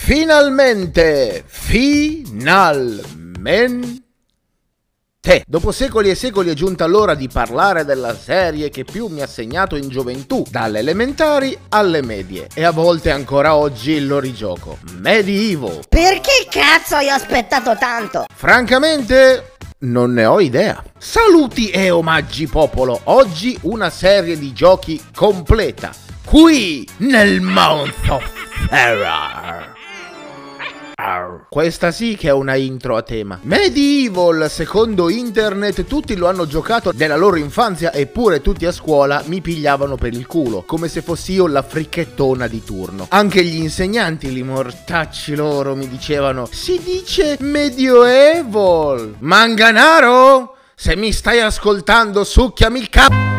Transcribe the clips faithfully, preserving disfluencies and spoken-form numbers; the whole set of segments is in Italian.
Finalmente, finalmente, dopo secoli e secoli è giunta l'ora di parlare della serie che più mi ha segnato in gioventù, dalle elementari alle medie, e a volte ancora oggi lo rigioco, Medieval. Perché cazzo hai aspettato tanto? Francamente, non ne ho idea. Saluti e omaggi popolo, oggi una serie di giochi completa, qui nel Mount of Terror. Questa sì che è una intro a tema. Medieval, secondo internet, tutti lo hanno giocato nella loro infanzia, eppure tutti a scuola mi pigliavano per il culo, come se fossi io la fricchettona di turno. Anche gli insegnanti, li mortacci loro, mi dicevano: si dice Medieval. Manganaro, se mi stai ascoltando, succhiami il c***o.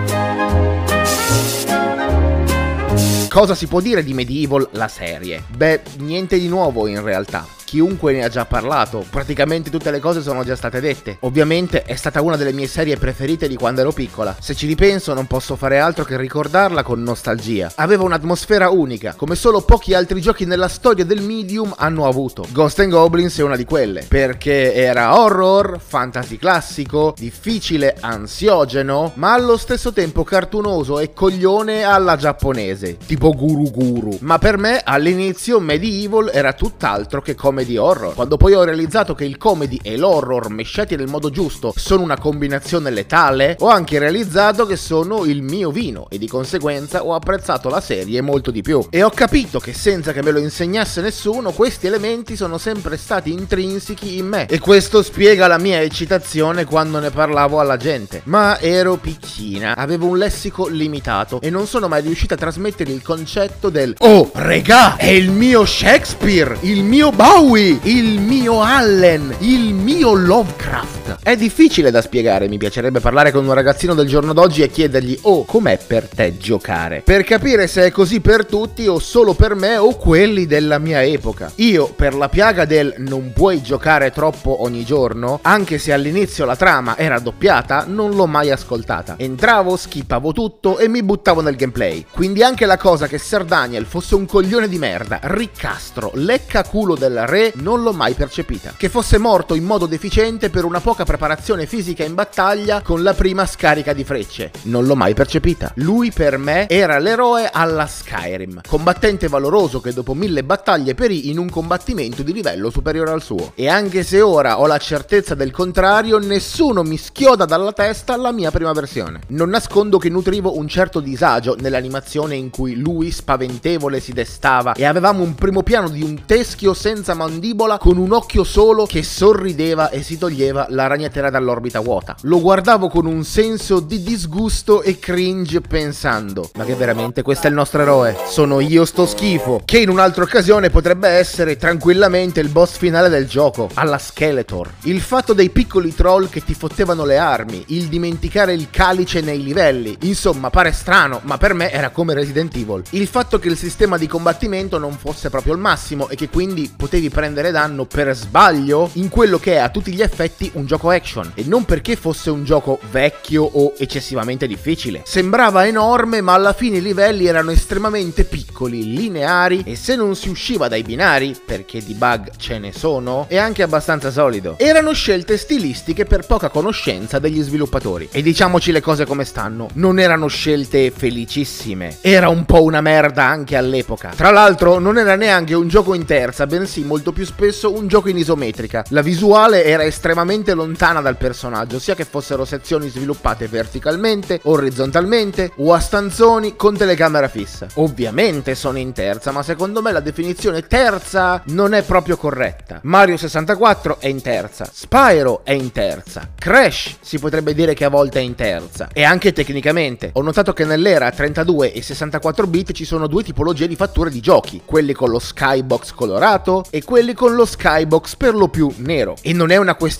Cosa si può dire di Medieval, la serie? Beh, niente di nuovo in realtà. Chiunque ne ha già parlato, praticamente tutte le cose sono già state dette. Ovviamente è stata una delle mie serie preferite di quando ero piccola. Se ci ripenso non posso fare altro che ricordarla con nostalgia. Aveva un'atmosfera unica, come solo pochi altri giochi nella storia del medium hanno avuto. Ghosts and Goblins è una di quelle, perché era horror, fantasy classico, difficile, ansiogeno, ma allo stesso tempo cartunoso e coglione alla giapponese, tipo Guru Guru. Ma per me all'inizio Medieval era tutt'altro che come di horror. Quando poi ho realizzato che il comedy e l'horror mesciati nel modo giusto sono una combinazione letale, ho anche realizzato che sono il mio vino e di conseguenza ho apprezzato la serie molto di più. E ho capito che senza che me lo insegnasse nessuno, questi elementi sono sempre stati intrinseci in me, e questo spiega la mia eccitazione quando ne parlavo alla gente. Ma ero piccina, avevo un lessico limitato e non sono mai riuscita a trasmettere il concetto del "oh, regà, è il mio Shakespeare, il mio Bowie, il mio Allen, il mio Lovecraft". È difficile da spiegare, mi piacerebbe parlare con un ragazzino del giorno d'oggi e chiedergli: "Oh, com'è per te giocare?", per capire se è così per tutti o solo per me o quelli della mia epoca. Io, per la piaga del "non puoi giocare troppo ogni giorno", anche se all'inizio la trama era doppiata, non l'ho mai ascoltata. Entravo, skippavo tutto e mi buttavo nel gameplay. Quindi anche la cosa che Sir Daniel fosse un coglione di merda, riccastro, lecca culo del re, non l'ho mai percepita. Che fosse morto in modo deficiente per una poca preparazione fisica in battaglia con la prima scarica di frecce, non l'ho mai percepita. Lui per me era l'eroe alla Skyrim, combattente valoroso che dopo mille battaglie perì in un combattimento di livello superiore al suo. E anche se ora ho la certezza del contrario, nessuno mi schioda dalla testa la mia prima versione. Non nascondo che nutrivo un certo disagio nell'animazione in cui lui spaventevole si destava e avevamo un primo piano di un teschio senza mandibola con un occhio solo che sorrideva e si toglieva la ragnatela dall'orbita vuota. Lo guardavo con un senso di disgusto e cringe pensando: ma che veramente questo è il nostro eroe? Sono io sto schifo? Che in un'altra occasione potrebbe essere tranquillamente il boss finale del gioco, alla Skeletor. Il fatto dei piccoli troll che ti fottevano le armi, il dimenticare il calice nei livelli, insomma pare strano, ma per me era come Resident Evil. Il fatto che il sistema di combattimento non fosse proprio il massimo e che quindi potevi prendere danno per sbaglio in quello che è a tutti gli effetti un gioco action, e non perché fosse un gioco vecchio o eccessivamente difficile. Sembrava enorme, ma alla fine i livelli erano estremamente piccoli, lineari, e se non si usciva dai binari, perché di bug ce ne sono, è anche abbastanza solido. Erano scelte stilistiche per poca conoscenza degli sviluppatori, e diciamoci le cose come stanno, non erano scelte felicissime. Era un po' una merda anche all'epoca. Tra l'altro non era neanche un gioco in terza, bensì molto più spesso un gioco in isometrica. La visuale era estremamente lontana dal personaggio, sia che fossero sezioni sviluppate verticalmente, orizzontalmente o a stanzoni con telecamera fissa. Ovviamente sono in terza, ma secondo me la definizione terza non è proprio corretta. Mario sessantaquattro è in terza, Spyro è in terza, Crash si potrebbe dire che a volte è in terza, e anche tecnicamente. Ho notato che nell'era trentadue e sessantaquattro bit ci sono due tipologie di fatture di giochi, quelli con lo skybox colorato e quelli con lo skybox per lo più nero. E non è una questione di poter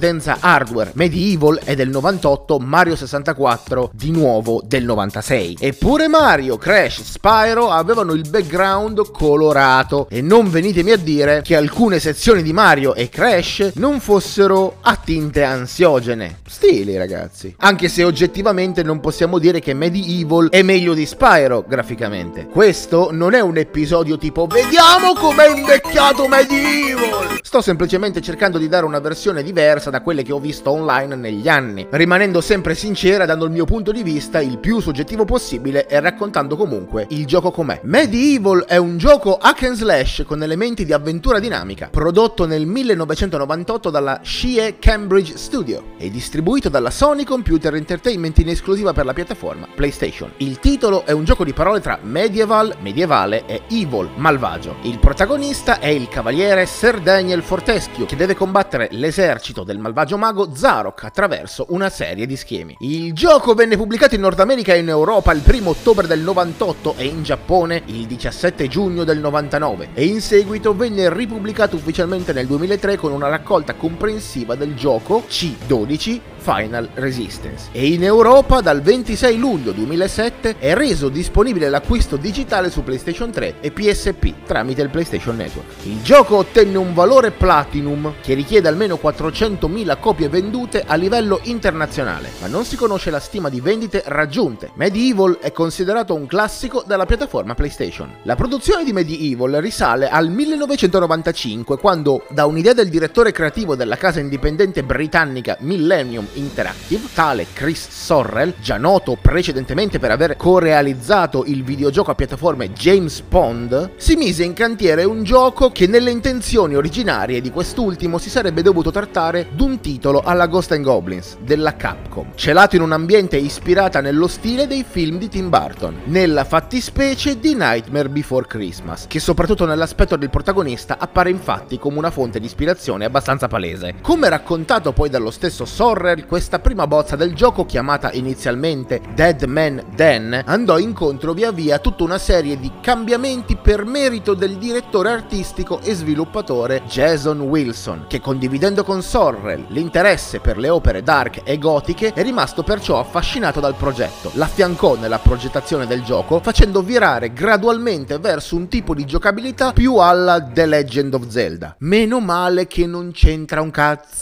potenza hardware. Medieval è del novantotto, Mario sessantaquattro di nuovo del novantasei. Eppure Mario, Crash, Spyro avevano il background colorato e non venitemi a dire che alcune sezioni di Mario e Crash non fossero a tinte ansiogene. Stili, ragazzi. Anche se oggettivamente non possiamo dire che Medieval è meglio di Spyro graficamente. Questo non è un episodio tipo vediamo com'è invecchiato Medieval. Sto semplicemente cercando di dare una versione diversa da quelle che ho visto online negli anni, rimanendo sempre sincera, dando il mio punto di vista il più soggettivo possibile e raccontando comunque il gioco com'è. Medieval è un gioco hack and slash con elementi di avventura dinamica, prodotto nel millenovecentonovantotto dalla Shea Cambridge Studio e distribuito dalla Sony Computer Entertainment in esclusiva per la piattaforma PlayStation. Il titolo è un gioco di parole tra medieval, medievale e evil, malvagio. Il protagonista è il cavaliere Sir Daniel Fortescue, che deve combattere l'esercito del malvagio mago Zarok attraverso una serie di schemi. Il gioco venne pubblicato in Nord America e in Europa il primo ottobre del novantotto e in Giappone il diciassette giugno del novantanove, e in seguito venne ripubblicato ufficialmente nel duemilatré con una raccolta comprensiva del gioco C dodici Final Resistance, e in Europa dal ventisei luglio duemilasette è reso disponibile l'acquisto digitale su PlayStation tre e P S P tramite il PlayStation Network. Il gioco ottenne un valore Platinum che richiede almeno quattrocentomila copie vendute a livello internazionale, ma non si conosce la stima di vendite raggiunte. Medieval è considerato un classico della piattaforma PlayStation. La produzione di Medieval risale al millenovecentonovantacinque, quando, da un'idea del direttore creativo della casa indipendente britannica Millennium Interactive, tale Chris Sorrell, già noto precedentemente per aver co-realizzato il videogioco a piattaforme James Pond, si mise in cantiere un gioco che nelle intenzioni originarie di quest'ultimo si sarebbe dovuto trattare d'un titolo alla Ghosts and Goblins della Capcom, celato in un ambiente ispirata nello stile dei film di Tim Burton, nella fattispecie di Nightmare Before Christmas, che soprattutto nell'aspetto del protagonista appare infatti come una fonte di ispirazione abbastanza palese. Come raccontato poi dallo stesso Sorrell, questa prima bozza del gioco, chiamata inizialmente Dead Man Den, andò incontro via via a tutta una serie di cambiamenti per merito del direttore artistico e sviluppatore Jason Wilson, che, condividendo con Sorrell l'interesse per le opere dark e gotiche, è rimasto perciò affascinato dal progetto. L'affiancò nella progettazione del gioco, facendo virare gradualmente verso un tipo di giocabilità più alla The Legend of Zelda. Meno male che non c'entra un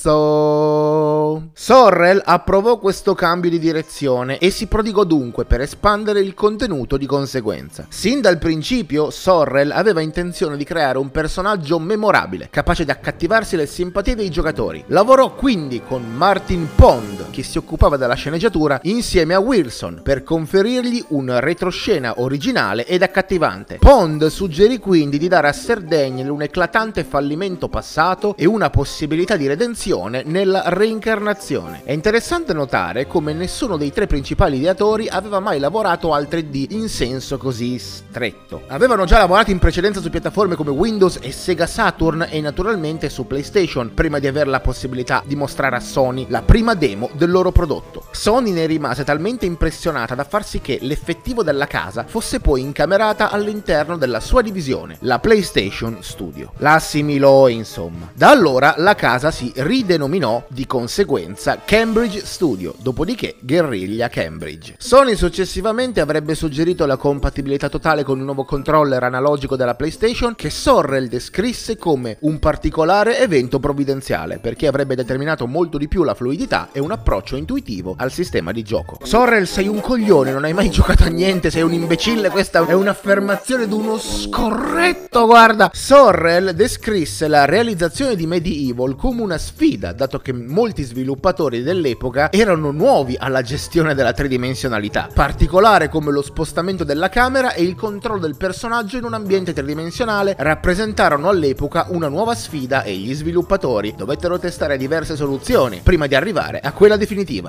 cazzo. Sorrell approvò questo cambio di direzione e si prodigò dunque per espandere il contenuto di conseguenza. Sin dal principio Sorrell aveva intenzione di creare un personaggio memorabile, capace di accattivarsi le simpatie dei giocatori. Lavorò quindi con Martin Pond, che si occupava della sceneggiatura, insieme a Wilson, per conferirgli un retroscena originale ed accattivante. Pond suggerì quindi di dare a Sir Daniel un eclatante fallimento passato e una possibilità di redenzione nella reincarnazione. È interessante notare come nessuno dei tre principali ideatori aveva mai lavorato al tre D in senso così stretto. Avevano già lavorato in precedenza su piattaforme come Windows e Sega Saturn e naturalmente su PlayStation, prima di avere la possibilità di mostrare a Sony la prima demo del loro prodotto. Sony ne rimase talmente impressionata da far sì che l'effettivo della casa fosse poi incamerata all'interno della sua divisione, la PlayStation Studio. La assimilò, insomma. Da allora la casa si ridenominò di conseguenza Cambridge Studio, dopodiché Guerriglia Cambridge. Sony successivamente avrebbe suggerito la compatibilità totale con il nuovo controller analogico della PlayStation, che Sorrell descrisse come un particolare evento provvidenziale, perché avrebbe determinato molto di più la fluidità e un approccio intuitivo al sistema di gioco. Sorrell, sei un coglione, non hai mai giocato a niente, sei un imbecille, questa è un'affermazione d'uno scorretto, guarda. Sorrell descrisse la realizzazione di Medieval come una sfida, dato che molti sviluppatori dell'epoca erano nuovi alla gestione della tridimensionalità, particolare come lo spostamento della camera e il controllo del personaggio in un ambiente tridimensionale rappresentarono all'epoca una nuova sfida e gli sviluppatori dovettero testare diverse soluzioni prima di arrivare a quella definitiva. Medieval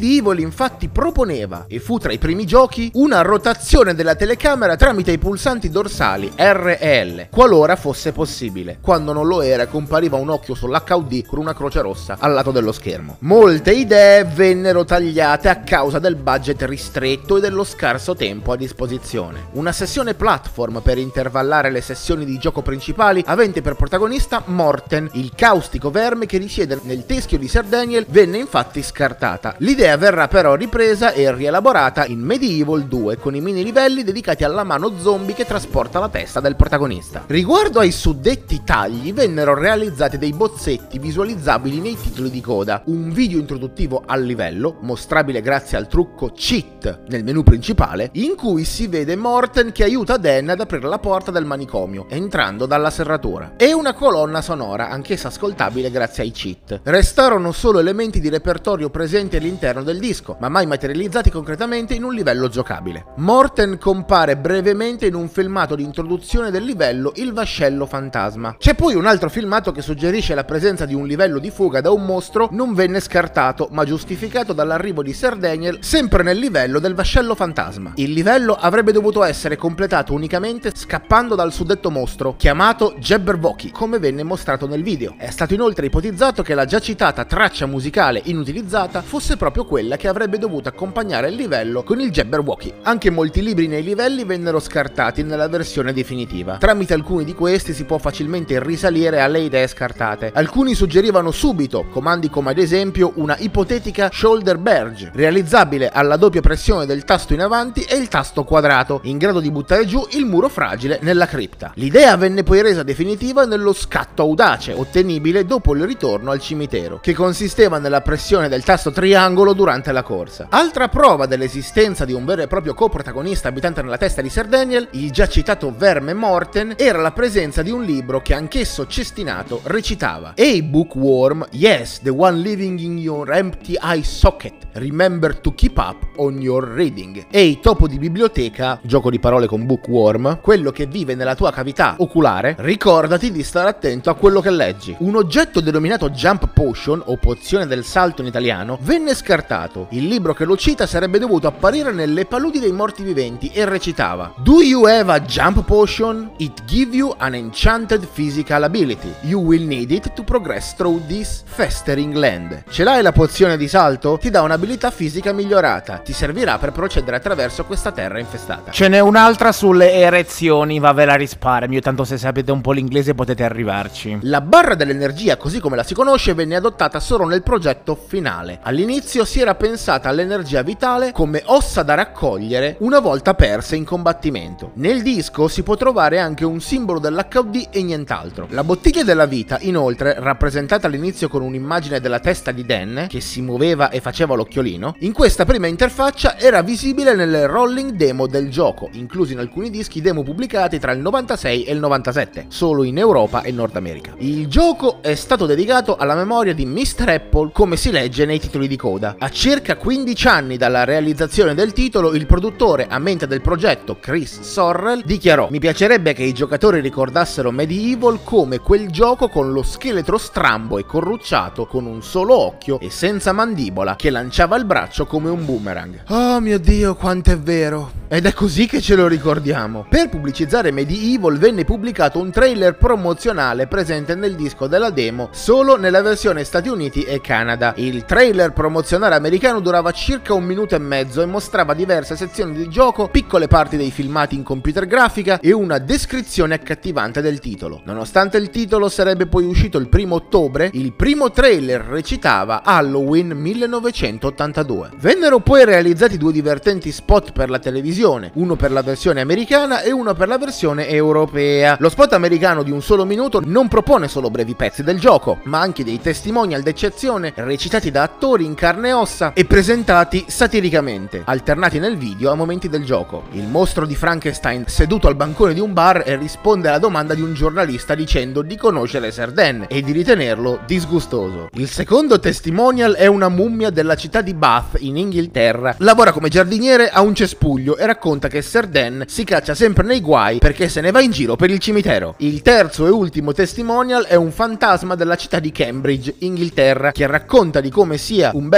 Medieval infatti proponeva, e fu tra i primi giochi, una rotazione della telecamera tramite i pulsanti dorsali R e L, qualora fosse possibile. Quando non lo era compariva un occhio sull'H U D con una croce rossa al lato dello schermo. Molte idee vennero tagliate a causa del budget ristretto e dello scarso tempo a disposizione. Una sessione platform per intervallare le sessioni di gioco principali avente per protagonista Morten, il caustico verme che risiede nel teschio di Sir Daniel, venne infatti scartata. L'idea verrà però ripresa e rielaborata in Medieval due con i mini livelli dedicati alla mano zombie che trasporta la testa del protagonista. Riguardo ai suddetti tagli vennero realizzati dei bozzetti visualizzabili nei titoli di coda, un video introduttivo al livello, mostrabile grazie al trucco cheat nel menu principale, in cui si vede Morten che aiuta Dan ad aprire la porta del manicomio, entrando dalla serratura, e una colonna sonora, anch'essa ascoltabile grazie ai cheat. Restarono solo elementi di repertorio presenti all'interno del disco, ma mai materializzati concretamente in un livello giocabile. Morten compare brevemente in un filmato di introduzione del livello Il Vascello Fantasma. C'è poi un altro filmato che suggerisce la presenza di un livello di fuga da un mostro, non venne scartato, ma giustificato dall'arrivo di Sir Daniel sempre nel livello del Vascello Fantasma. Il livello avrebbe dovuto essere completato unicamente scappando dal suddetto mostro, chiamato Jabberwocky, come venne mostrato nel video. È stato inoltre ipotizzato che la già citata traccia musicale inutilizzata fosse proprio quella che avrebbe dovuto accompagnare il livello con il Jabberwocky. Anche molti libri nei livelli vennero scartati nella versione definitiva. Tramite alcuni di questi si può facilmente risalire alle idee scartate. Alcuni suggerivano subito comandi come ad esempio una ipotetica shoulder barge, realizzabile alla doppia pressione del tasto in avanti e il tasto quadrato, in grado di buttare giù il muro fragile nella cripta. L'idea venne poi resa definitiva nello scatto audace, ottenibile dopo il ritorno al cimitero, che consisteva nella pressione del tasto triangolo durante la corsa. Altra prova dell'esistenza di un vero e proprio coprotagonista abitante nella testa di Sir Daniel, il già citato verme Morten, era la presenza di un libro che anch'esso cestinato recitava: "Hey bookworm, yes, the one living in your empty eye socket, remember to keep up on your reading." Ehi topo di biblioteca, gioco di parole con bookworm, quello che vive nella tua cavità oculare, ricordati di stare attento a quello che leggi. Un oggetto denominato Jump Potion, o pozione del salto in italiano, venne scartato. Il libro che lo cita sarebbe dovuto apparire nelle paludi dei morti viventi e recitava: "Do you have a Jump Potion? It give you an enchanted physical ability. You will need it to progress through this festering land." Ce l'hai la pozione di salto? Ti dà un'abilità fisica migliorata, ti servirà per procedere attraverso questa terra infestata. Ce n'è un'altra sulle erezioni, va, ve la risparmio, tanto se sapete un po' l'inglese potete arrivarci. La barra dell'energia, così come la si conosce, venne adottata solo nel progetto finale. All'inizio si era pensata all'energia vitale come ossa da raccogliere una volta perse in combattimento. Nel disco si può trovare anche un simbolo dell'H U D e nient'altro. La bottiglia della vita, inoltre, rappresentata all'inizio con un'immagine della testa di Dan che si muoveva e faceva l'occhiolino, in questa prima interfaccia era visibile nelle rolling demo del gioco, inclusi in alcuni dischi demo pubblicati tra il novantasei e il novantasette, solo in Europa e Nord America. Il gioco è stato dedicato alla memoria di mister Apple, come si legge nei titoli di coda. A circa quindici anni dalla realizzazione del titolo, il produttore a mente del progetto, Chris Sorrell, dichiarò: "Mi piacerebbe che i giocatori ricordassero Medieval come quel gioco con lo scheletro strambo e corrucciato, con un solo occhio e senza mandibola, che lanciava il braccio come un boomerang." Oh mio Dio, quanto è vero! Ed è così che ce lo ricordiamo. Per pubblicizzare Medieval venne pubblicato un trailer promozionale presente nel disco della demo solo nella versione Stati Uniti e Canada. Il trailer promozionale americano durava circa un minuto e mezzo e mostrava diverse sezioni di gioco, piccole parti dei filmati in computer grafica e una descrizione accattivante del titolo. Nonostante il titolo sarebbe poi uscito il primo ottobre, il primo trailer recitava Halloween millenovecentottantadue. Vennero poi realizzati due divertenti spot per la televisione, uno per la versione americana e uno per la versione europea. Lo spot americano di un solo minuto non propone solo brevi pezzi del gioco, ma anche dei testimonial d'eccezione recitati da attori in carne e ossa e presentati satiricamente, alternati nel video a momenti del gioco. Il mostro di Frankenstein seduto al bancone di un bar e risponde alla domanda di un giornalista dicendo di conoscere Sir Dan e di ritenerlo disgustoso. Il secondo testimonial è una mummia della città di Bath in Inghilterra. Lavora come giardiniere a un cespuglio e racconta che Sir Dan si caccia sempre nei guai perché se ne va in giro per il cimitero. Il terzo e ultimo testimonial è un fantasma della città di Cambridge, Inghilterra, che racconta di come sia un bell'affare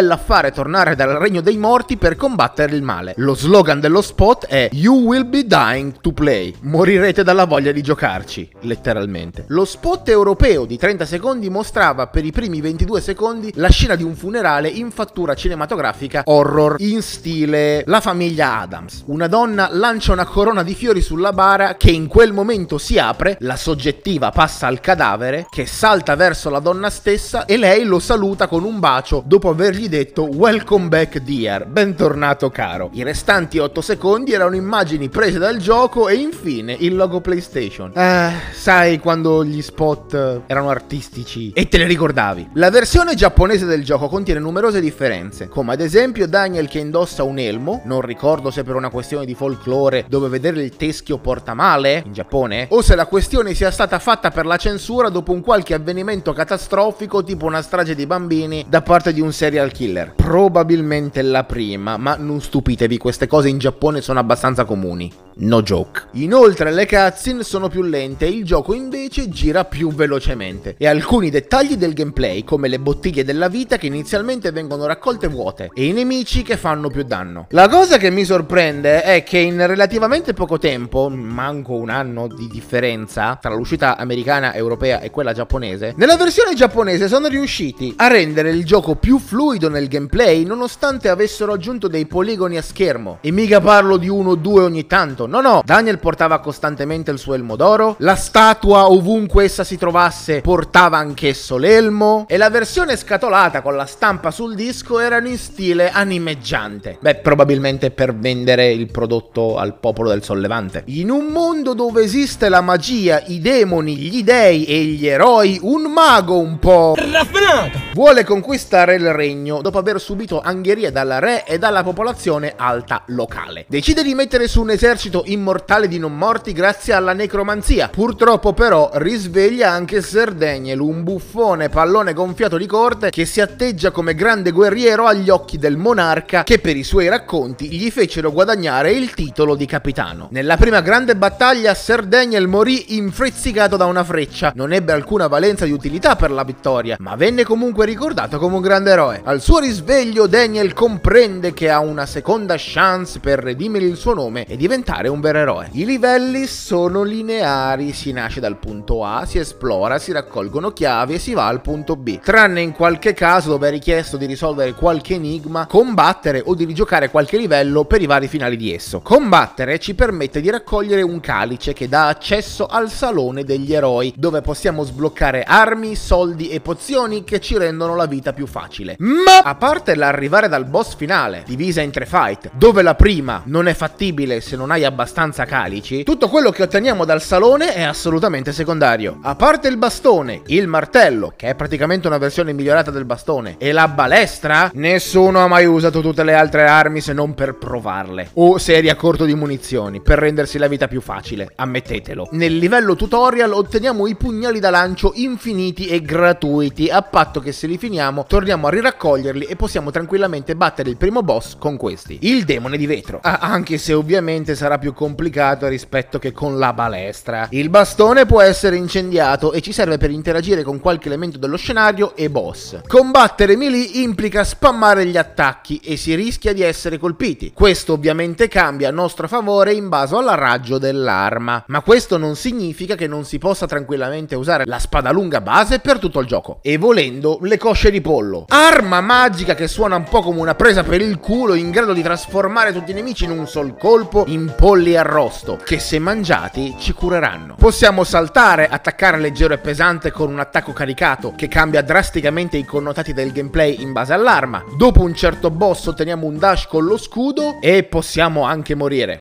fare tornare dal regno dei morti per combattere il male. Lo slogan dello spot è "You will be dying to play", morirete dalla voglia di giocarci, letteralmente. Lo spot europeo di trenta secondi mostrava per i primi ventidue secondi la scena di un funerale in fattura cinematografica horror in stile La famiglia Adams. Una donna lancia una corona di fiori sulla bara che in quel momento si apre, la soggettiva passa al cadavere che salta verso la donna stessa e lei lo saluta con un bacio dopo avergli detto "Welcome back dear", bentornato caro. I restanti otto secondi erano immagini prese dal gioco e infine il logo PlayStation. Eh, sai quando gli spot erano artistici e te ne ricordavi. La versione giapponese del gioco contiene numerose differenze, come ad esempio Daniel che indossa un elmo, non ricordo se per una questione di folklore dove vedere il teschio porta male in Giappone, o se la questione sia stata fatta per la censura dopo un qualche avvenimento catastrofico tipo una strage di bambini da parte di un serial killer. Probabilmente la prima, ma non stupitevi, queste cose in Giappone sono abbastanza comuni. No joke. Inoltre le cutscene sono più lente e il gioco invece gira più velocemente, e alcuni dettagli del gameplay come le bottiglie della vita che inizialmente vengono raccolte vuote e i nemici che fanno più danno. La cosa che mi sorprende è che in relativamente poco tempo, manco un anno di differenza tra l'uscita americana, europea e quella giapponese, nella versione giapponese sono riusciti a rendere il gioco più fluido nel gameplay nonostante avessero aggiunto dei poligoni a schermo, e mica parlo di uno o due ogni tanto. No no, Daniel portava costantemente il suo elmo d'oro, la statua ovunque essa si trovasse portava anch'esso l'elmo, e la versione scatolata con la stampa sul disco erano in stile animeggiante. Beh, probabilmente per vendere il prodotto al popolo del sollevante. In un mondo dove esiste la magia, i demoni, gli dei e gli eroi, un mago un po' raffinato vuole conquistare il regno dopo aver subito angherie dalla re e dalla popolazione alta locale. Decide di mettere su un esercito immortale di non morti grazie alla necromanzia. Purtroppo però risveglia anche Ser Daniel, un buffone pallone gonfiato di corte che si atteggia come grande guerriero agli occhi del monarca, che per i suoi racconti gli fecero guadagnare il titolo di capitano. Nella prima grande battaglia Ser Daniel morì infrizzicato da una freccia, non ebbe alcuna valenza di utilità per la vittoria, ma venne comunque ricordato come un grande eroe. Al suo risveglio Daniel comprende che ha una seconda chance per redimere il suo nome e diventare un vero eroe. I livelli sono lineari, si nasce dal punto A, si esplora, si raccolgono chiavi e si va al punto B, tranne in qualche caso dove è richiesto di risolvere qualche enigma, combattere o di rigiocare qualche livello per i vari finali di esso. Combattere ci permette di raccogliere un calice che dà accesso al salone degli eroi, dove possiamo sbloccare armi, soldi e pozioni che ci rendono la vita più facile. Ma a parte l'arrivare dal boss finale, divisa in tre fight, dove la prima non è fattibile se non hai abbastanza calici, tutto quello che otteniamo dal salone è assolutamente secondario. A parte il bastone, il martello, che è praticamente una versione migliorata del bastone, e la balestra, nessuno ha mai usato tutte le altre armi se non per provarle, o se eri a corto di munizioni, per rendersi la vita più facile, ammettetelo. Nel livello tutorial otteniamo i pugnali da lancio infiniti e gratuiti, a patto che se li finiamo torniamo a riraccoglierli e possiamo tranquillamente battere il primo boss con questi, il demone di vetro. Ah, anche se ovviamente sarà più complicato rispetto che con la balestra. Il bastone può essere incendiato e ci serve per interagire con qualche elemento dello scenario e boss. Combattere melee implica spammare gli attacchi e si rischia di essere colpiti. Questo ovviamente cambia a nostro favore in base al raggio dell'arma, ma questo non significa che non si possa tranquillamente usare la spada lunga base per tutto il gioco, e volendo le cosce di pollo, arma magica che suona un po' come una presa per il culo, in grado di trasformare tutti i nemici in un sol colpo in polli arrosto, che se mangiati ci cureranno. Possiamo saltare, attaccare leggero e pesante con un attacco caricato che cambia drasticamente i connotati del gameplay in base all'arma. Dopo un certo boss otteniamo un dash con lo scudo e possiamo anche morire.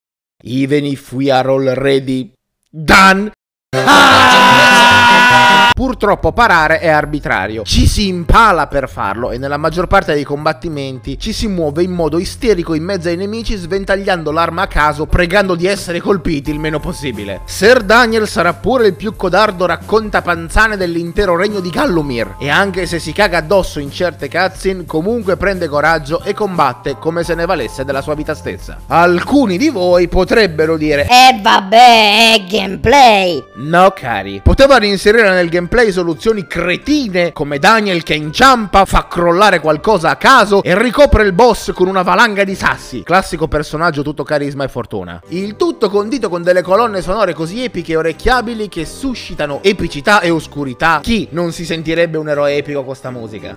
Even if we are already done. Ah! Purtroppo parare è arbitrario, ci si impala per farlo e nella maggior parte dei combattimenti ci si muove in modo isterico in mezzo ai nemici, sventagliando l'arma a caso, pregando di essere colpiti il meno possibile. Ser Daniel sarà pure il più codardo raccontapanzane dell'intero regno di Gallowmere, e anche se si caga addosso in certe cutscene comunque prende coraggio e combatte come se ne valesse della sua vita stessa. Alcuni di voi potrebbero dire: eh vabbè, è gameplay. No cari, poteva reinserire nel gameplay gameplay soluzioni cretine come Daniel che inciampa, fa crollare qualcosa a caso e ricopre il boss con una valanga di sassi. Classico personaggio tutto carisma e fortuna. Il tutto condito con delle colonne sonore così epiche e orecchiabili che suscitano epicità e oscurità. Chi non si sentirebbe un eroe epico con sta musica?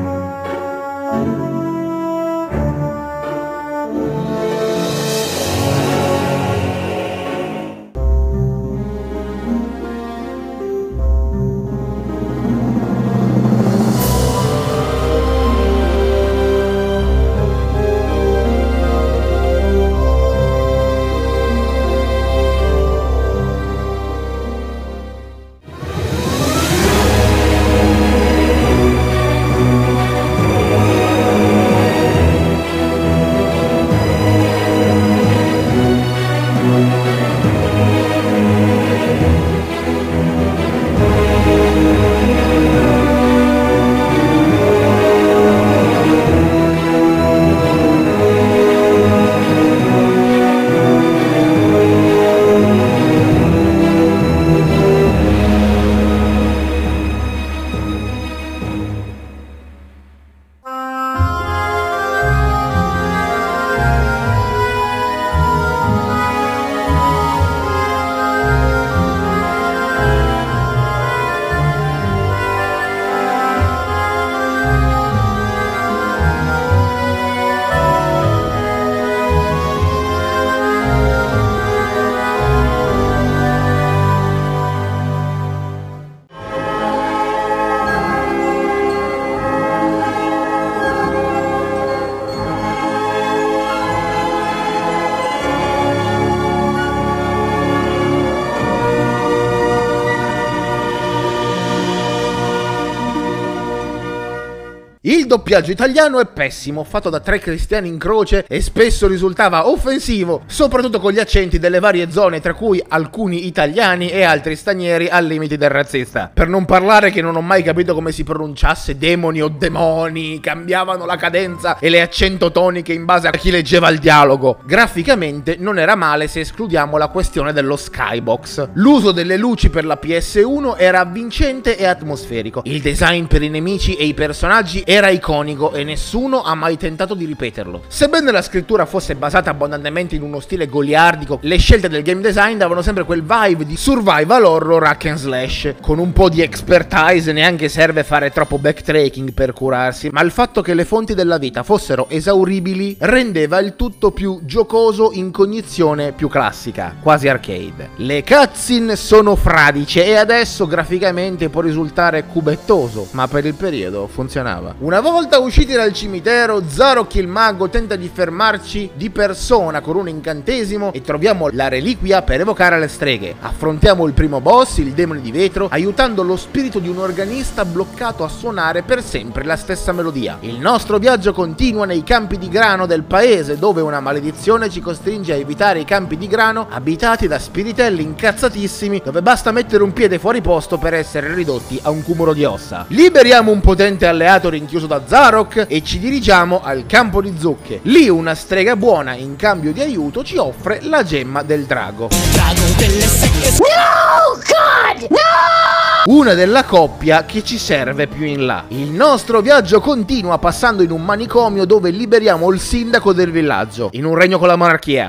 Il doppiaggio italiano è pessimo, fatto da tre cristiani in croce e spesso risultava offensivo, soprattutto con gli accenti delle varie zone, tra cui alcuni italiani e altri stranieri al limite del razzista. Per non parlare che non ho mai capito come si pronunciasse demoni o demoni, cambiavano la cadenza e le accento toniche in base a chi leggeva il dialogo. Graficamente non era male se escludiamo la questione dello skybox. L'uso delle luci per la P S uno era avvincente e atmosferico. Il design per i nemici e i personaggi era iconico e nessuno ha mai tentato di ripeterlo. Sebbene la scrittura fosse basata abbondantemente in uno stile goliardico, le scelte del game design davano sempre quel vibe di survival horror hack and slash. Con un po' di expertise neanche serve fare troppo backtracking per curarsi, ma il fatto che le fonti della vita fossero esauribili rendeva il tutto più giocoso in cognizione più classica, quasi arcade. Le cutscene sono fradice e adesso graficamente può risultare cubettoso, ma per il periodo funzionava. Una volta usciti dal cimitero, Zarok il mago tenta di fermarci di persona con un incantesimo e troviamo la reliquia per evocare le streghe. Affrontiamo il primo boss, il demone di vetro, aiutando lo spirito di un organista bloccato a suonare per sempre la stessa melodia. Il nostro viaggio continua nei campi di grano del paese, dove una maledizione ci costringe a evitare i campi di grano abitati da spiritelli incazzatissimi, dove basta mettere un piede fuori posto per essere ridotti a un cumulo di ossa. Liberiamo un potente alleato rinchiuso da Zarok e ci dirigiamo al campo di zucche. Lì una strega buona in cambio di aiuto ci offre la gemma del drago. Drago delle secche. No, God, no! Una della coppia che ci serve più in là. Il nostro viaggio continua passando in un manicomio dove liberiamo il sindaco del villaggio, in un regno con la monarchia.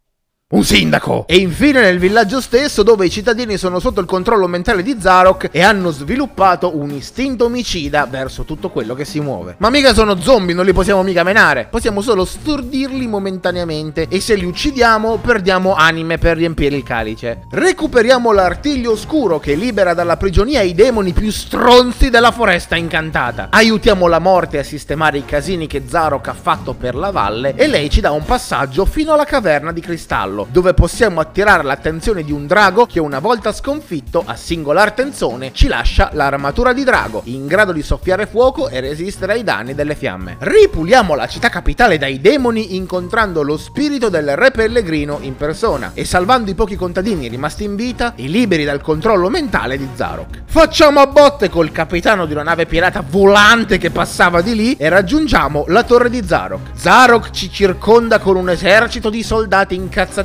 Un sindaco! E infine nel villaggio stesso, dove i cittadini sono sotto il controllo mentale di Zarok e hanno sviluppato un istinto omicida verso tutto quello che si muove. Ma mica sono zombie, non li possiamo mica menare. Possiamo solo stordirli momentaneamente e se li uccidiamo perdiamo anime per riempire il calice. Recuperiamo l'artiglio oscuro che libera dalla prigionia i demoni più stronzi della foresta incantata. Aiutiamo la morte a sistemare i casini che Zarok ha fatto per la valle e lei ci dà un passaggio fino alla caverna di cristallo, dove possiamo attirare l'attenzione di un drago che una volta sconfitto a singolar tenzone ci lascia l'armatura di drago, in grado di soffiare fuoco e resistere ai danni delle fiamme. Ripuliamo la città capitale dai demoni incontrando lo spirito del re pellegrino in persona e salvando i pochi contadini rimasti in vita e liberi dal controllo mentale di Zarok. Facciamo a botte col capitano di una nave pirata volante che passava di lì e raggiungiamo la torre di Zarok. Zarok ci circonda con un esercito di soldati incazzati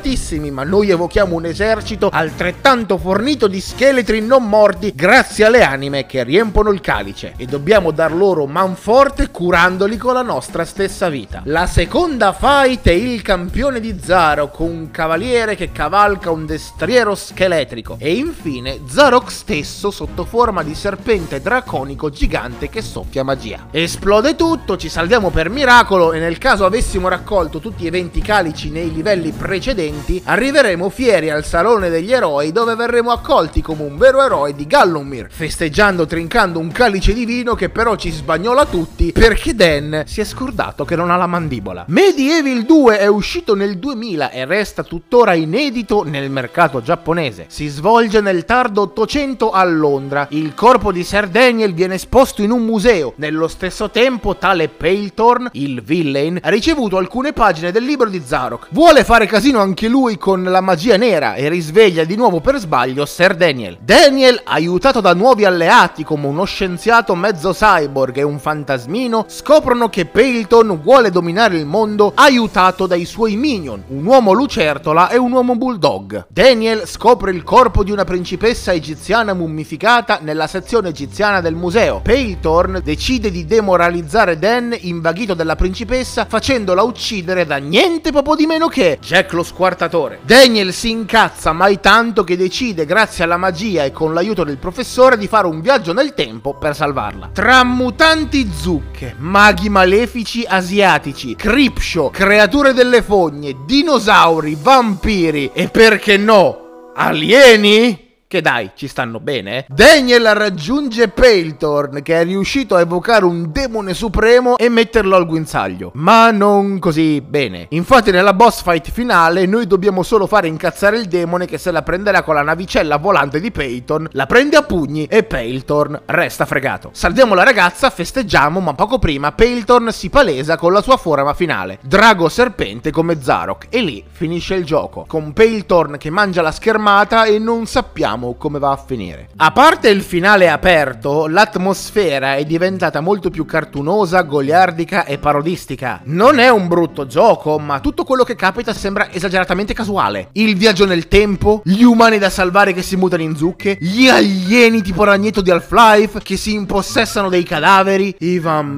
formatissimi, ma noi evochiamo un esercito altrettanto fornito di scheletri non morti grazie alle anime che riempono il calice, e dobbiamo dar loro manforte curandoli con la nostra stessa vita. La seconda fight è il campione di Zarok, un cavaliere che cavalca un destriero scheletrico, e infine Zarok stesso sotto forma di serpente draconico gigante che soffia magia. Esplode tutto, ci salviamo per miracolo, e nel caso avessimo raccolto tutti i venti calici nei livelli precedenti, arriveremo fieri al salone degli eroi, dove verremo accolti come un vero eroe di Gallowmere, festeggiando trincando un calice di vino che però ci sbagnola tutti perché Dan si è scordato che non ha la mandibola. Medieval due è uscito nel duemila e resta tuttora inedito nel mercato giapponese. Si svolge nel tardo ottocento a Londra. Il corpo di Sir Daniel viene esposto in un museo. Nello stesso tempo tale Palethorn, il villain, ha ricevuto alcune pagine del libro di Zarok. Vuole fare casino anche lui con la magia nera e risveglia di nuovo per sbaglio Sir Daniel. Daniel, aiutato da nuovi alleati come uno scienziato mezzo cyborg e un fantasmino, scoprono che Palethorn vuole dominare il mondo aiutato dai suoi minion, un uomo lucertola e un uomo bulldog. Daniel scopre il corpo di una principessa egiziana mummificata nella sezione egiziana del museo. Palethorn decide di demoralizzare Dan, invaghito della principessa, facendola uccidere da niente poco di meno che Jack lo squartatore. Daniel si incazza mai tanto che decide, grazie alla magia e con l'aiuto del professore, di fare un viaggio nel tempo per salvarla. Tra mutanti zucche, maghi malefici asiatici, creepshow, creature delle fogne, dinosauri, vampiri e perché no, alieni? Che dai, ci stanno bene, eh? Daniel raggiunge Palethorn, che è riuscito a evocare un demone supremo e metterlo al guinzaglio, ma non così bene. Infatti nella boss fight finale noi dobbiamo solo fare incazzare il demone, che se la prenderà con la navicella volante di Palethorn, la prende a pugni e Palethorn resta fregato. Salviamo la ragazza, festeggiamo, ma poco prima Palethorn si palesa con la sua forma finale, drago serpente come Zarok, e lì finisce il gioco, con Palethorn che mangia la schermata e non sappiamo come va a finire. A parte il finale aperto, l'atmosfera è diventata molto più cartunosa, goliardica e parodistica. Non è un brutto gioco, ma tutto quello che capita sembra esageratamente casuale. Il viaggio nel tempo, gli umani da salvare che si mutano in zucche, gli alieni tipo ragnetto di Half-Life che si impossessano dei cadaveri, i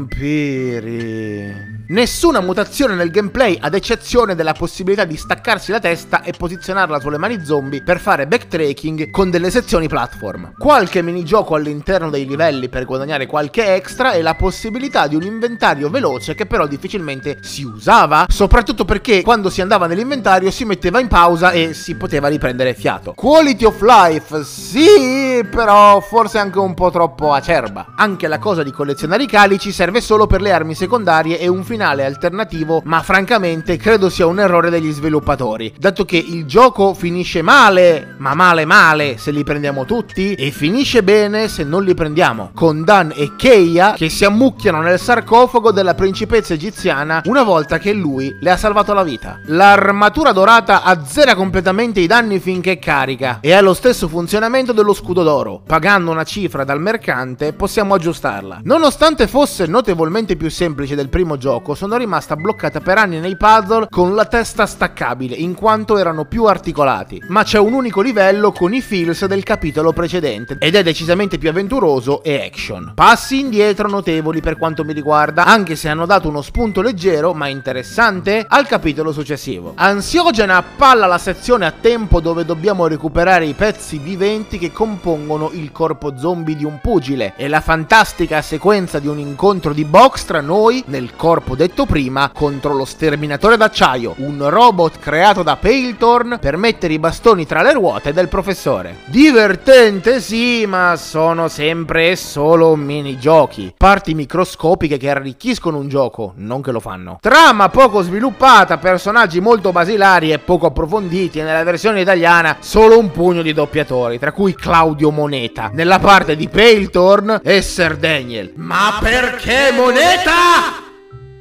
vampiri. Nessuna mutazione nel gameplay, ad eccezione della possibilità di staccarsi la testa e posizionarla sulle mani zombie per fare backtracking con delle sezioni platform. Qualche minigioco all'interno dei livelli per guadagnare qualche extra e la possibilità di un inventario veloce che però difficilmente si usava, soprattutto perché quando si andava nell'inventario si metteva in pausa e si poteva riprendere fiato. Quality of life, sì, però forse anche un po' troppo acerba. Anche la cosa di collezionare i calici serve solo per le armi secondarie e un finale alternativo, ma francamente credo sia un errore degli sviluppatori, dato che il gioco finisce male, ma male male se li prendiamo tutti, e finisce bene se non li prendiamo, con Dan e Keia che si ammucchiano nel sarcofago della principessa egiziana una volta che lui le ha salvato la vita. L'armatura dorata azzera completamente i danni finché carica e ha lo stesso funzionamento dello scudo d'oro. Pagando una cifra dal mercante possiamo aggiustarla. Nonostante fosse notevolmente più semplice del primo gioco, sono rimasta bloccata per anni nei puzzle con la testa staccabile, in quanto erano più articolati. Ma c'è un unico livello con i feels del capitolo precedente ed è decisamente più avventuroso e action. Passi indietro notevoli per quanto mi riguarda, anche se hanno dato uno spunto leggero ma interessante al capitolo successivo. Ansiogena appalla la sezione a tempo dove dobbiamo recuperare i pezzi viventi che compongono il corpo zombie di un pugile, e la fantastica sequenza di un incontro di box tra noi nel corpo detto prima contro lo sterminatore d'acciaio, un robot creato da Palethorn per mettere i bastoni tra le ruote del professore. Divertente sì, ma sono sempre e solo minigiochi, parti microscopiche che arricchiscono un gioco, non che lo fanno. Trama poco sviluppata, personaggi molto basilari e poco approfonditi, e nella versione italiana solo un pugno di doppiatori, tra cui Claudio Moneta nella parte di Palethorn e Sir Daniel. Ma perché Moneta?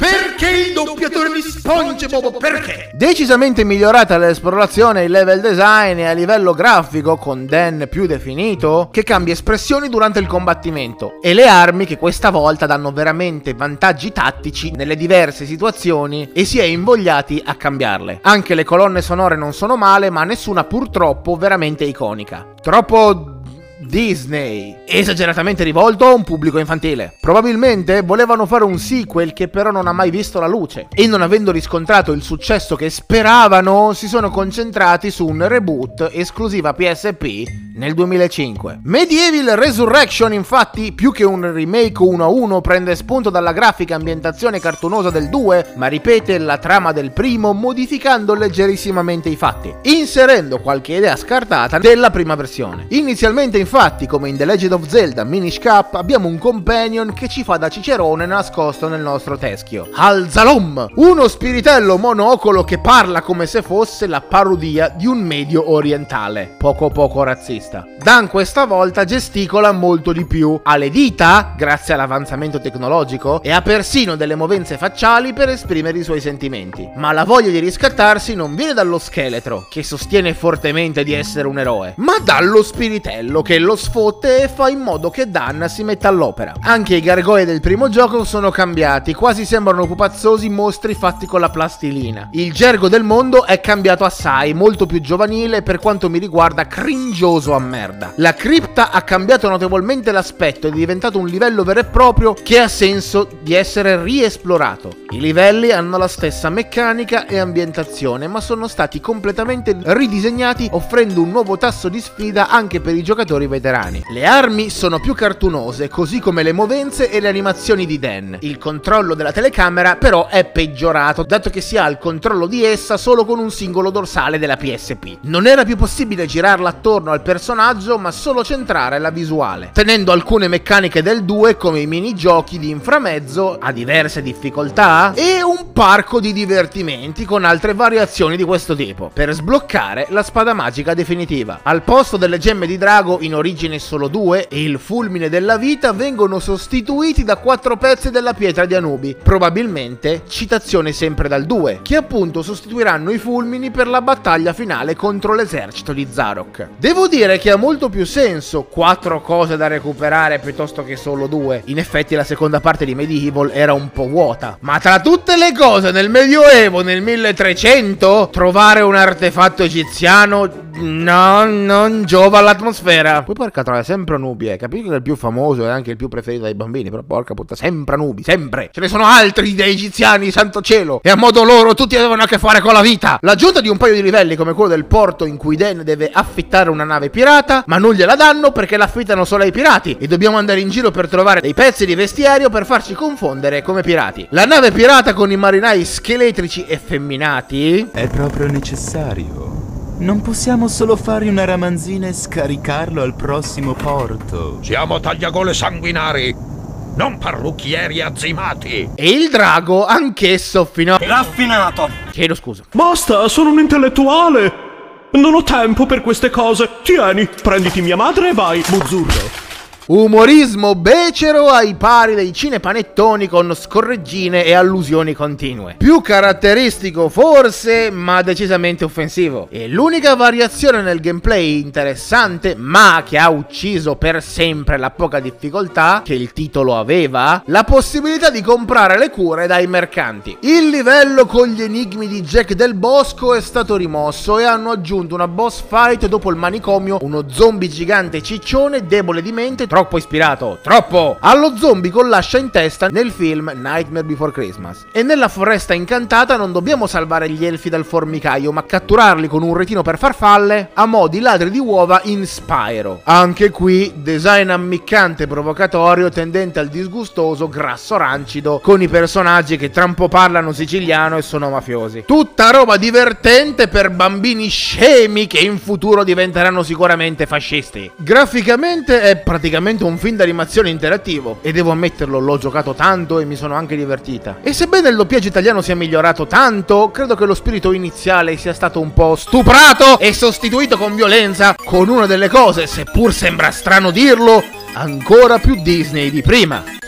Perché il doppiatore di SpongeBob? Perché? Decisamente migliorata l'esplorazione, il level design e a livello grafico, con Dan più definito, che cambia espressioni durante il combattimento, e le armi che questa volta danno veramente vantaggi tattici nelle diverse situazioni e si è invogliati a cambiarle. Anche le colonne sonore non sono male, ma nessuna purtroppo veramente iconica. Troppo Disney, esageratamente rivolto a un pubblico infantile. Probabilmente volevano fare un sequel che però non ha mai visto la luce, e non avendo riscontrato il successo che speravano si sono concentrati su un reboot esclusiva P S P nel duemilacinque. Medieval Resurrection, infatti, più che un remake uno a uno, prende spunto dalla grafica ambientazione cartunosa del due, ma ripete la trama del primo modificando leggerissimamente i fatti, inserendo qualche idea scartata della prima versione. Inizialmente, infatti, come in The Legend of Zelda Minish Cap, abbiamo un companion che ci fa da cicerone nascosto nel nostro teschio. Al-Zalom, uno spiritello monocolo che parla come se fosse la parodia di un medio orientale, poco poco razzista. Dan questa volta gesticola molto di più, ha le dita, grazie all'avanzamento tecnologico, e ha persino delle movenze facciali per esprimere i suoi sentimenti. Ma la voglia di riscattarsi non viene dallo scheletro, che sostiene fortemente di essere un eroe, ma dallo spiritello che lo sfotte e fa in modo che Dan si metta all'opera. Anche i gargoyle del primo gioco sono cambiati, quasi sembrano pupazzosi mostri fatti con la plastilina. Il gergo del mondo è cambiato assai, molto più giovanile e per quanto mi riguarda cringioso a merda. La cripta ha cambiato notevolmente l'aspetto ed è diventato un livello vero e proprio che ha senso di essere riesplorato. I livelli hanno la stessa meccanica e ambientazione, ma sono stati completamente ridisegnati, offrendo un nuovo tasso di sfida anche per i giocatori veterani. Le armi sono più cartunose, così come le movenze e le animazioni di Dan. Il controllo della telecamera però è peggiorato, dato che si ha il controllo di essa solo con un singolo dorsale della P S P. Non era più possibile girarla attorno al personaggio, ma solo centrare la visuale, tenendo alcune meccaniche del due come i minigiochi di inframezzo a diverse difficoltà e un parco di divertimenti con altre variazioni di questo tipo, per sbloccare la spada magica definitiva. Al posto delle gemme di drago, in origine solo due, e il fulmine della vita vengono sostituiti da quattro pezzi della pietra di Anubi, probabilmente citazione sempre dal due, che appunto sostituiranno i fulmini per la battaglia finale contro l'esercito di Zarok. Devo dire che ha molto più senso quattro cose da recuperare piuttosto che solo due. In effetti la seconda parte di Medieval era un po' vuota, ma tra tutte le cose nel Medioevo, nel milletrecento, trovare un artefatto egiziano no, non giova all'atmosfera. Poi porca troia, sempre Anubi, eh. Capisco che è il più famoso e anche il più preferito dai bambini, però porca puttana, sempre Anubi, sempre. Ce ne sono altri dei egiziani, santo cielo, e a modo loro tutti avevano a che fare con la vita. L'aggiunta di un paio di livelli come quello del porto in cui Dan deve affittare una nave pirata, ma non gliela danno perché l'affittano solo ai pirati e dobbiamo andare in giro per trovare dei pezzi di vestiario per farci confondere come pirati. La nave pirata con i marinai scheletrici effeminati è proprio necessario. Non possiamo solo fare una ramanzina e scaricarlo al prossimo porto. Siamo tagliagole sanguinari, non parrucchieri azzimati. E il drago anch'esso fino a... Raffinato. Chiedo scusa. Basta, sono un intellettuale. Non ho tempo per queste cose. Tieni, prenditi mia madre e vai, buzzurro. Umorismo becero ai pari dei cinepanettoni con scorreggine e allusioni continue. Più caratteristico forse, ma decisamente offensivo. E l'unica variazione nel gameplay interessante, ma che ha ucciso per sempre la poca difficoltà che il titolo aveva, la possibilità di comprare le cure dai mercanti. Il livello con gli enigmi di Jack del Bosco è stato rimosso e hanno aggiunto una boss fight dopo il manicomio, uno zombie gigante ciccione debole di mente, troppo ispirato, troppo, allo zombie con l'ascia in testa nel film Nightmare Before Christmas. E nella foresta incantata non dobbiamo salvare gli elfi dal formicaio, ma catturarli con un retino per farfalle a mo' di ladri di uova in Spyro. Anche qui design ammiccante provocatorio tendente al disgustoso grasso rancido, con i personaggi che tra un po' parlano siciliano e sono mafiosi. Tutta roba divertente per bambini scemi che in futuro diventeranno sicuramente fascisti. Graficamente è praticamente un film d'animazione interattivo e devo ammetterlo, l'ho giocato tanto e mi sono anche divertita. E sebbene il doppiaggio italiano sia migliorato tanto, credo che lo spirito iniziale sia stato un po' stuprato e sostituito con violenza, con una delle cose, seppur sembra strano dirlo, ancora più Disney di prima.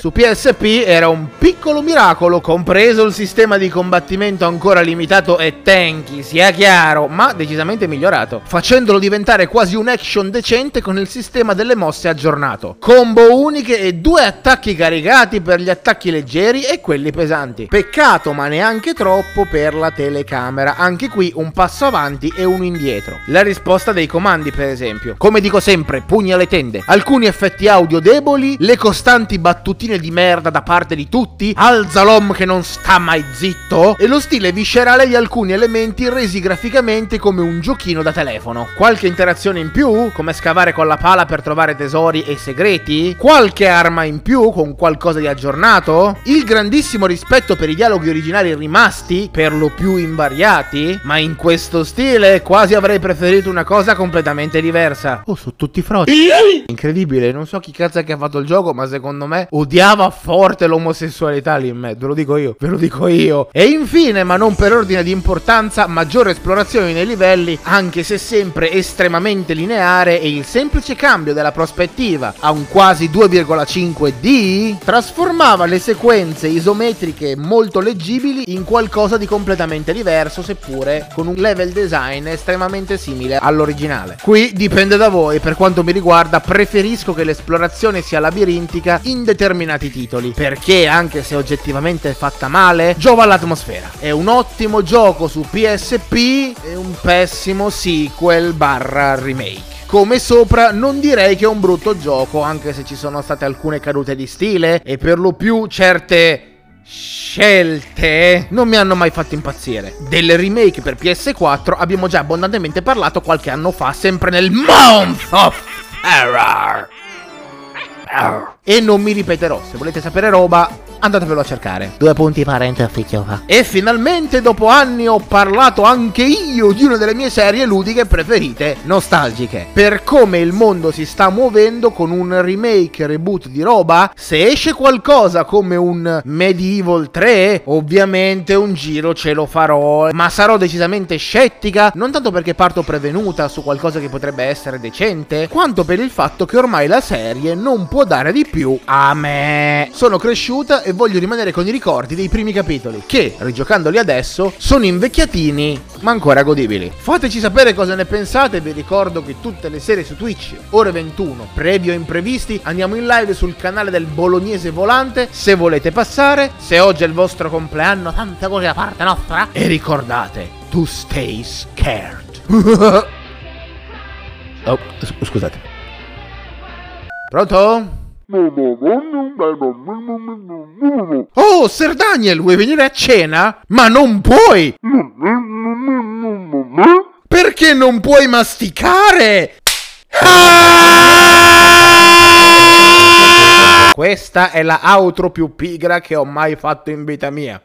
su P S P era un piccolo miracolo, compreso il sistema di combattimento ancora limitato e tanky, sia chiaro, ma decisamente migliorato, facendolo diventare quasi un action decente con il sistema delle mosse aggiornato. Combo uniche e due attacchi caricati per gli attacchi leggeri e quelli pesanti. Peccato, ma neanche troppo, per la telecamera. Anche qui un passo avanti e uno indietro. La risposta dei comandi, per esempio. Come dico sempre, pugni alle tende. Alcuni effetti audio deboli, le costanti battutine di merda da parte di tutti, alza l'om che non sta mai zitto, e lo stile viscerale di alcuni elementi resi graficamente come un giochino da telefono. Qualche interazione in più, come scavare con la pala per trovare tesori e segreti? Qualche arma in più con qualcosa di aggiornato? Il grandissimo rispetto per i dialoghi originali rimasti, per lo più invariati? Ma in questo stile quasi avrei preferito una cosa completamente diversa. Oh, sono tutti frodi. Incredibile, non so chi cazzo è che ha fatto il gioco, ma secondo me odiava forte l'omosessualità lì in mezzo. Ve lo dico io, ve lo dico io. E infine, ma non per ordine di importanza, maggiore esplorazione nei livelli, anche se sempre estremamente lineare, e il semplice cambio della prospettiva a un quasi due virgola cinque D trasformava le sequenze isometriche molto leggibili in qualcosa di completamente diverso, seppure con un level design estremamente simile all'originale. Qui dipende da voi, per quanto mi riguarda preferisco che l'esplorazione sia labirintica in determinati titoli, perché anche se oggettivamente è fatta male, giova all'atmosfera. È un ottimo gioco su P S P e un pessimo sequel barra remake. Come sopra, non direi che è un brutto gioco, anche se ci sono state alcune cadute di stile e per lo più certe scelte non mi hanno mai fatto impazzire. Delle remake per P S quattro abbiamo già abbondantemente parlato qualche anno fa, sempre nel Month of Error. E non mi ripeterò, se volete sapere roba andatevelo a cercare. Due punti parente ufficio. E finalmente dopo anni ho parlato anche io di una delle mie serie ludiche preferite, nostalgiche. Per come il mondo si sta muovendo con un remake, reboot di roba, se esce qualcosa come un Medieval tre, ovviamente un giro ce lo farò, ma sarò decisamente scettica, non tanto perché parto prevenuta su qualcosa che potrebbe essere decente, quanto per il fatto che ormai la serie non può dare di più a me. Sono cresciuta e voglio rimanere con i ricordi dei primi capitoli, che, rigiocandoli adesso, sono invecchiatini ma ancora godibili. Fateci sapere cosa ne pensate. Vi ricordo che tutte le sere su Twitch, ore ventuno, previo imprevisti, andiamo in live sul canale del Bolognese Volante, se volete passare. Se oggi è il vostro compleanno, tante cose da parte nostra, e ricordate to stay scared. Oh, scusate. Pronto? Oh, Sir Daniel, vuoi venire a cena? Ma non puoi! Perché non puoi masticare? Questa è la outro più pigra che ho mai fatto in vita mia.